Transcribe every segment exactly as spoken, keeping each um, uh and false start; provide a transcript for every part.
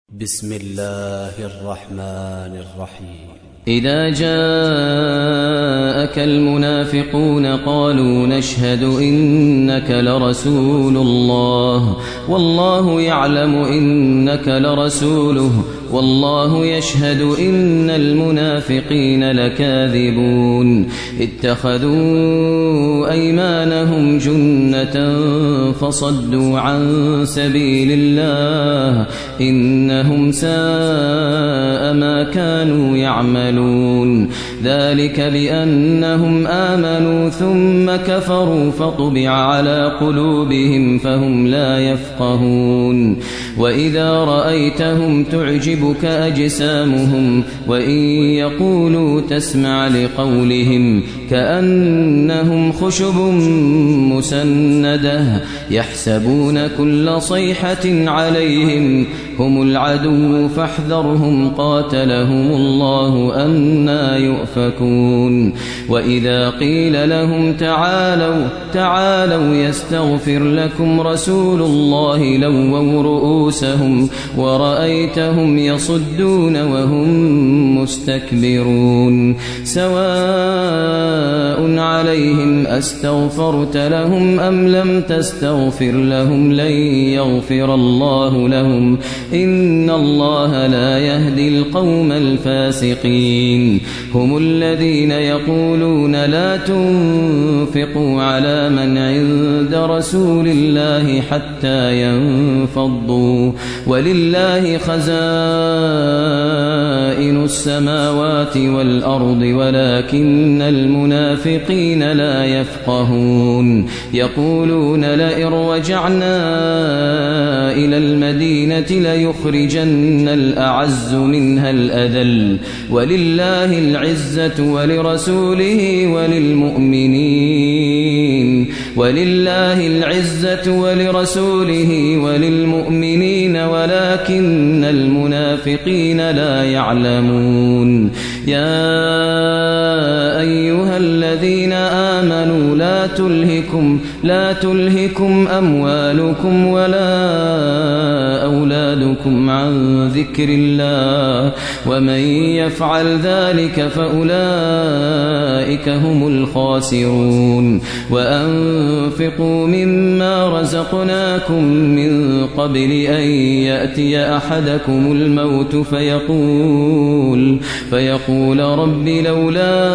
بسم الله الرحمن الرحيم. إذا جاءك المنافقون قالوا نشهد إنك لرسول الله والله يعلم إنك لرسوله والله يشهد إن المنافقين لكاذبون. اتخذوا أيمانهم جنة فصدوا عن سبيل الله إنهم ساء ما كانوا يعملون. ذلك بأنهم آمنوا ثم كفروا فطبع على قلوبهم فهم لا يفقهون. وإذا رأيتهم تعجبك أجسامهم وإن يقولوا تسمع لقولهم كأنهم خشب مسندة يحسبون كل صيحة عليهم هم العدو فاحذرهم قاتلهم الله أنى يؤفكون. وإذا قيل لهم تعالوا تعالوا يستغفر لكم رسول الله لووا رؤوسهم ورأيتهم يصدون وهم مستكبرون. سواء عليهم أستغفرت لهم أم لم تستغفر لهم لن يغفر الله لهم إن الله لا يهدي القوم الفاسقين. هم الذين يقولون لا تنفقوا على من عند رسول الله حتى ينفضوا ولله خزائن السماوات والأرض ولكن المنافقين لا يفقهون. يقولون لئن رجعنا إلى المدينة ليخرجن الأعز منها الأذل ولله العزة ولرسوله وللمؤمنين ولله العزة ولرسوله وللمؤمنين ولكن المنافقين لا يعلمون. يا أيها الذين آمنوا لا تلهكم لا تلهكم أموالكم ولا أولادكم عن ذكر الله ومن يفعل ذلك فأولئك هم الخاسرون. وأنفقوا مما رزقناكم من قبل أن يأتي أحدكم الموت فيقول فيقول رب لولا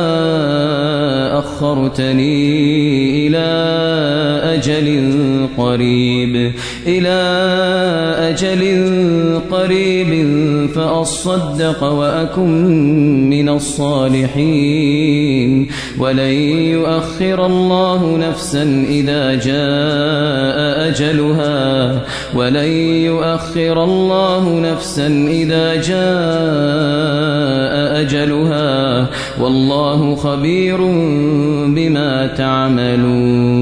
أخرتني إلى أجل قريب إلى أجل قريب فأصدق وأكن من الصالحين ولن يؤخر الله نفسا إذا جاء أجلها ولن يؤخر الله نفسا إذا جاء أجلها والله خبير بما تعملون.